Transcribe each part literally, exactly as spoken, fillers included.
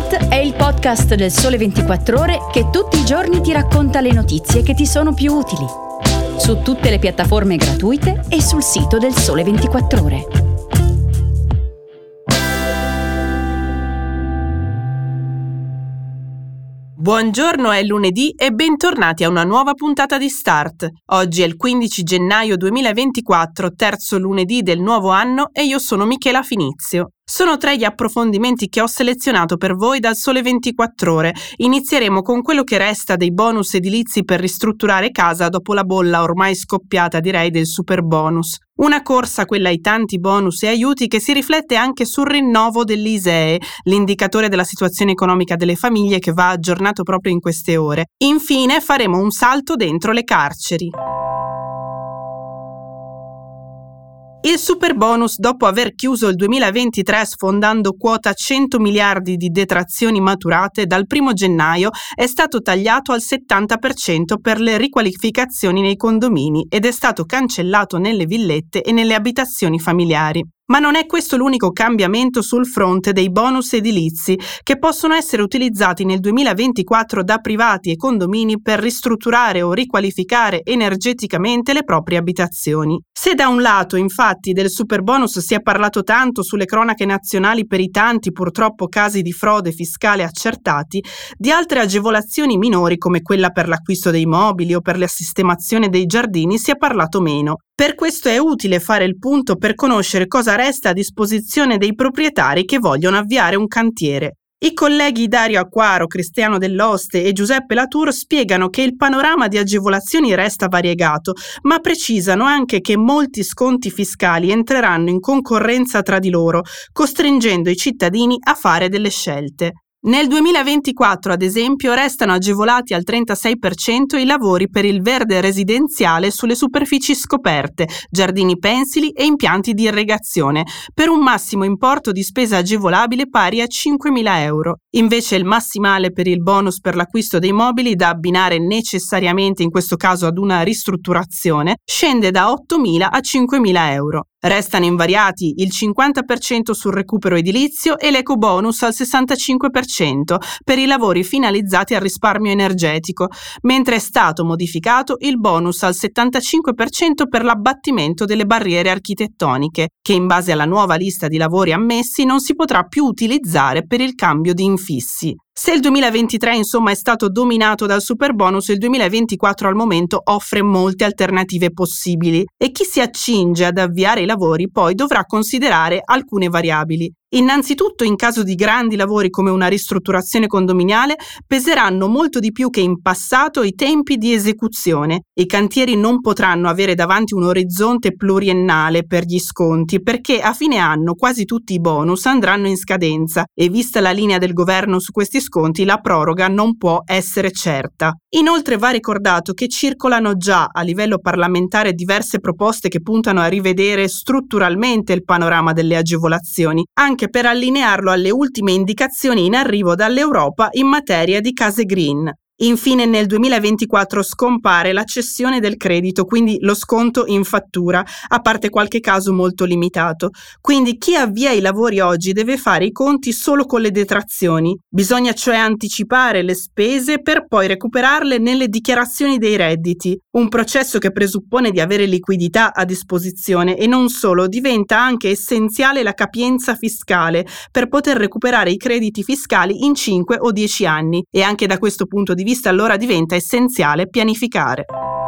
Start è il podcast del Sole ventiquattro Ore che tutti i giorni ti racconta le notizie che ti sono più utili. Su tutte le piattaforme gratuite e sul sito del Sole ventiquattro Ore. Buongiorno, è lunedì e bentornati a una nuova puntata di Start. Oggi è il quindici gennaio duemilaventiquattro, terzo lunedì del nuovo anno e io sono Michela Finizio. Sono tre gli approfondimenti che ho selezionato per voi dal Sole ventiquattro Ore. Inizieremo con quello che resta dei bonus edilizi per ristrutturare casa dopo la bolla ormai scoppiata, direi, del super bonus. Una corsa, quella ai tanti bonus e aiuti, che si riflette anche sul rinnovo dell'I S E E, l'indicatore della situazione economica delle famiglie che va aggiornato proprio in queste ore. Infine faremo un salto dentro le carceri. Il super bonus, dopo aver chiuso il duemilaventitré sfondando quota cento miliardi di detrazioni maturate, dal primo gennaio è stato tagliato al settanta per cento per le riqualificazioni nei condomini ed è stato cancellato nelle villette e nelle abitazioni familiari. Ma non è questo l'unico cambiamento sul fronte dei bonus edilizi, che possono essere utilizzati nel duemilaventiquattro da privati e condomini per ristrutturare o riqualificare energeticamente le proprie abitazioni. Se da un lato, infatti, del super bonus si è parlato tanto sulle cronache nazionali per i tanti purtroppo casi di frode fiscale accertati, di altre agevolazioni minori come quella per l'acquisto dei mobili o per la sistemazione dei giardini si è parlato meno. Per questo è utile fare il punto per conoscere cosa resta a disposizione dei proprietari che vogliono avviare un cantiere. I colleghi Dario Acquaro, Cristiano Dell'Oste e Giuseppe Latour spiegano che il panorama di agevolazioni resta variegato, ma precisano anche che molti sconti fiscali entreranno in concorrenza tra di loro, costringendo i cittadini a fare delle scelte. Nel duemilaventiquattro, ad esempio, restano agevolati al trentasei per cento i lavori per il verde residenziale sulle superfici scoperte, giardini pensili e impianti di irrigazione, per un massimo importo di spesa agevolabile pari a cinquemila euro. Invece il massimale per il bonus per l'acquisto dei mobili, da abbinare necessariamente in questo caso ad una ristrutturazione, scende da ottomila a cinquemila euro. Restano invariati il cinquanta per cento sul recupero edilizio e l'ecobonus al sessantacinque per cento per i lavori finalizzati al risparmio energetico, mentre è stato modificato il bonus al settantacinque per cento per l'abbattimento delle barriere architettoniche, che in base alla nuova lista di lavori ammessi non si potrà più utilizzare per il cambio di infissi. Se il duemilaventitré insomma è stato dominato dal super bonus, il duemilaventiquattro al momento offre molte alternative possibili e chi si accinge ad avviare i lavori poi dovrà considerare alcune variabili. Innanzitutto, in caso di grandi lavori come una ristrutturazione condominiale, peseranno molto di più che in passato i tempi di esecuzione. I cantieri non potranno avere davanti un orizzonte pluriennale per gli sconti, perché a fine anno quasi tutti i bonus andranno in scadenza e, vista la linea del governo su questi sconti, la proroga non può essere certa. Inoltre va ricordato che circolano già a livello parlamentare diverse proposte che puntano a rivedere strutturalmente il panorama delle agevolazioni, anche per allinearlo alle ultime indicazioni in arrivo dall'Europa in materia di case green. Infine, nel duemilaventiquattro scompare la cessione del credito, quindi lo sconto in fattura, a parte qualche caso molto limitato. Quindi chi avvia i lavori oggi deve fare i conti solo con le detrazioni. Bisogna cioè anticipare le spese per poi recuperarle nelle dichiarazioni dei redditi. Un processo che presuppone di avere liquidità a disposizione e non solo, diventa anche essenziale la capienza fiscale per poter recuperare i crediti fiscali in cinque o dieci anni, e anche da questo punto di vista allora diventa essenziale pianificare.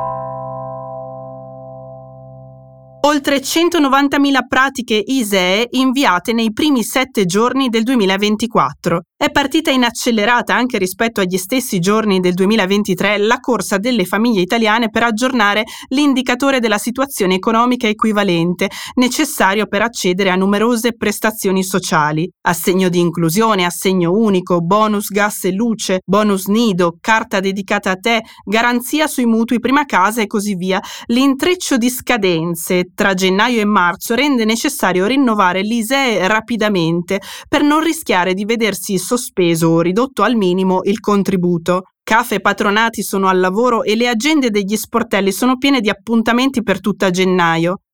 Oltre centonovantamila pratiche I S E E inviate nei primi sette giorni del duemilaventiquattro. È partita in accelerata anche rispetto agli stessi giorni del duemilaventitré la corsa delle famiglie italiane per aggiornare l'indicatore della situazione economica equivalente, necessario per accedere a numerose prestazioni sociali. Assegno di inclusione, assegno unico, bonus gas e luce, bonus nido, carta dedicata a te, garanzia sui mutui prima casa e così via. L'intreccio di scadenze tra gennaio e marzo rende necessario rinnovare l'I S E E rapidamente per non rischiare di vedersi sospeso o ridotto al minimo il contributo. C A F e patronati sono al lavoro e le agende degli sportelli sono piene di appuntamenti per tutta gennaio.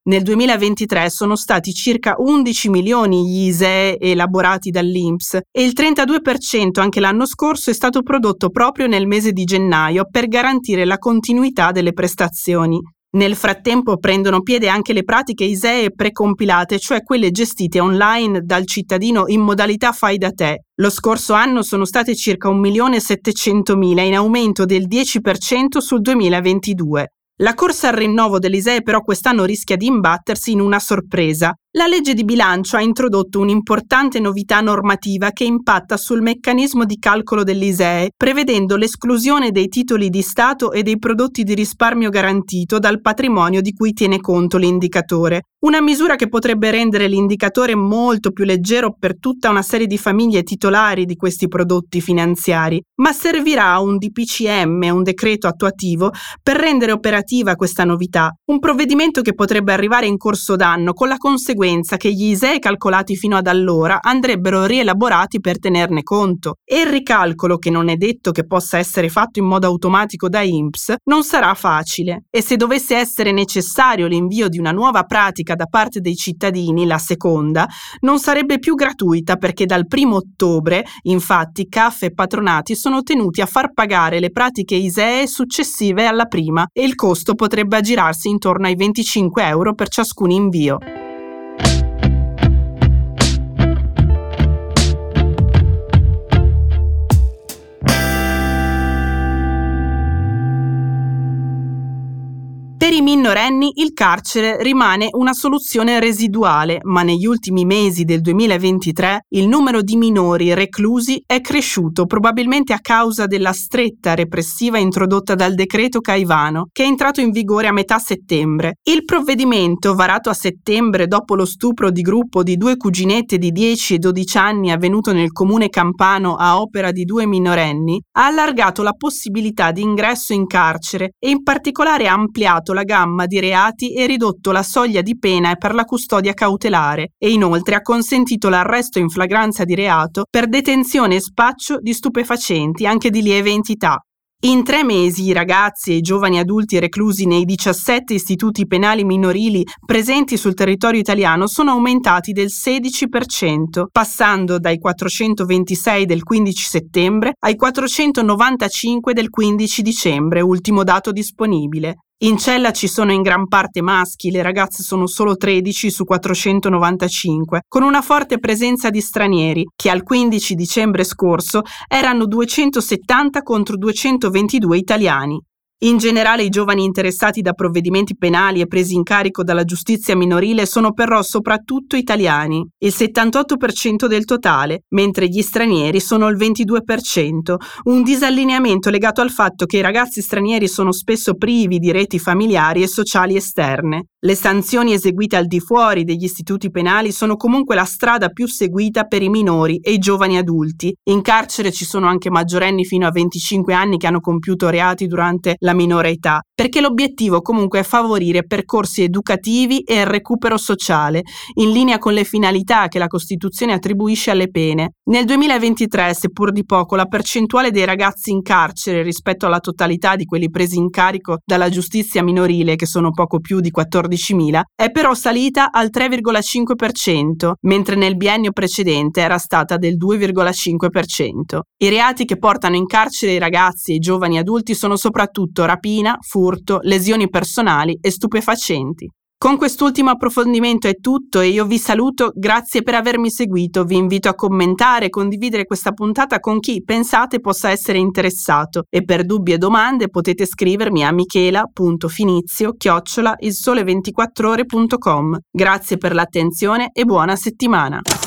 Nel duemilaventitré sono stati circa undici milioni gli I S E E elaborati dall'I N P S e il trentadue per cento anche l'anno scorso è stato prodotto proprio nel mese di gennaio per garantire la continuità delle prestazioni. Nel frattempo prendono piede anche le pratiche I S E E precompilate, cioè quelle gestite online dal cittadino in modalità fai da te. Lo scorso anno sono state circa un milione e settecentomila, in aumento del dieci per cento sul duemilaventidue. La corsa al rinnovo dell'I S E E però quest'anno rischia di imbattersi in una sorpresa. La legge di bilancio ha introdotto un'importante novità normativa che impatta sul meccanismo di calcolo dell'I S E E, prevedendo l'esclusione dei titoli di Stato e dei prodotti di risparmio garantito dal patrimonio di cui tiene conto l'indicatore. Una misura che potrebbe rendere l'indicatore molto più leggero per tutta una serie di famiglie titolari di questi prodotti finanziari, ma servirà a un D P C M, un decreto attuativo, per rendere operativa questa novità, un provvedimento che potrebbe arrivare in corso d'anno con la conseguenza che gli I S E E calcolati fino ad allora andrebbero rielaborati per tenerne conto e il ricalcolo, che non è detto che possa essere fatto in modo automatico da I N P S, non sarà facile e se dovesse essere necessario l'invio di una nuova pratica da parte dei cittadini, la seconda, non sarebbe più gratuita perché dal primo ottobre, infatti, C A F e patronati sono tenuti a far pagare le pratiche I S E E successive alla prima e il costo potrebbe aggirarsi intorno ai venticinque euro per ciascun invio. Per i minorenni il carcere rimane una soluzione residuale, ma negli ultimi mesi del duemilaventitré il numero di minori reclusi è cresciuto, probabilmente a causa della stretta repressiva introdotta dal decreto Caivano, che è entrato in vigore a metà settembre. Il provvedimento, varato a settembre dopo lo stupro di gruppo di due cuginette di dieci e dodici anni avvenuto nel comune campano a opera di due minorenni, ha allargato la possibilità di ingresso in carcere e in particolare ha ampliato la gamma di reati e ridotto la soglia di pena per la custodia cautelare e inoltre ha consentito l'arresto in flagranza di reato per detenzione e spaccio di stupefacenti anche di lieve entità. In tre mesi i ragazzi e i giovani adulti reclusi nei diciassette istituti penali minorili presenti sul territorio italiano sono aumentati del sedici per cento, passando dai quattrocentoventisei del quindici settembre ai quattrocentonovantacinque del quindici dicembre, ultimo dato disponibile. In cella ci sono in gran parte maschi, le ragazze sono solo tredici su quattrocentonovantacinque, con una forte presenza di stranieri, che al quindici dicembre scorso erano duecentosettanta contro duecentoventidue italiani. In generale i giovani interessati da provvedimenti penali e presi in carico dalla giustizia minorile sono però soprattutto italiani, il settantotto per cento del totale, mentre gli stranieri sono il ventidue per cento, un disallineamento legato al fatto che i ragazzi stranieri sono spesso privi di reti familiari e sociali esterne. Le sanzioni eseguite al di fuori degli istituti penali sono comunque la strada più seguita per i minori e i giovani adulti. In carcere ci sono anche maggiorenni fino a venticinque anni che hanno compiuto reati durante la minore età, perché l'obiettivo comunque è favorire percorsi educativi e il recupero sociale, in linea con le finalità che la Costituzione attribuisce alle pene. Nel duemilaventitré, seppur di poco, la percentuale dei ragazzi in carcere rispetto alla totalità di quelli presi in carico dalla giustizia minorile, che sono poco più di quattordicimila, è però salita al tre virgola cinque per cento, mentre nel biennio precedente era stata del due virgola cinque per cento. I reati che portano in carcere i ragazzi e i giovani adulti sono soprattutto rapina, furto, lesioni personali e stupefacenti. Con quest'ultimo approfondimento è tutto e io vi saluto, grazie per avermi seguito, vi invito a commentare e condividere questa puntata con chi pensate possa essere interessato e per dubbi e domande potete scrivermi a michela punto finizio chiocciola il sole ventiquattro ore punto com. Grazie per l'attenzione e buona settimana!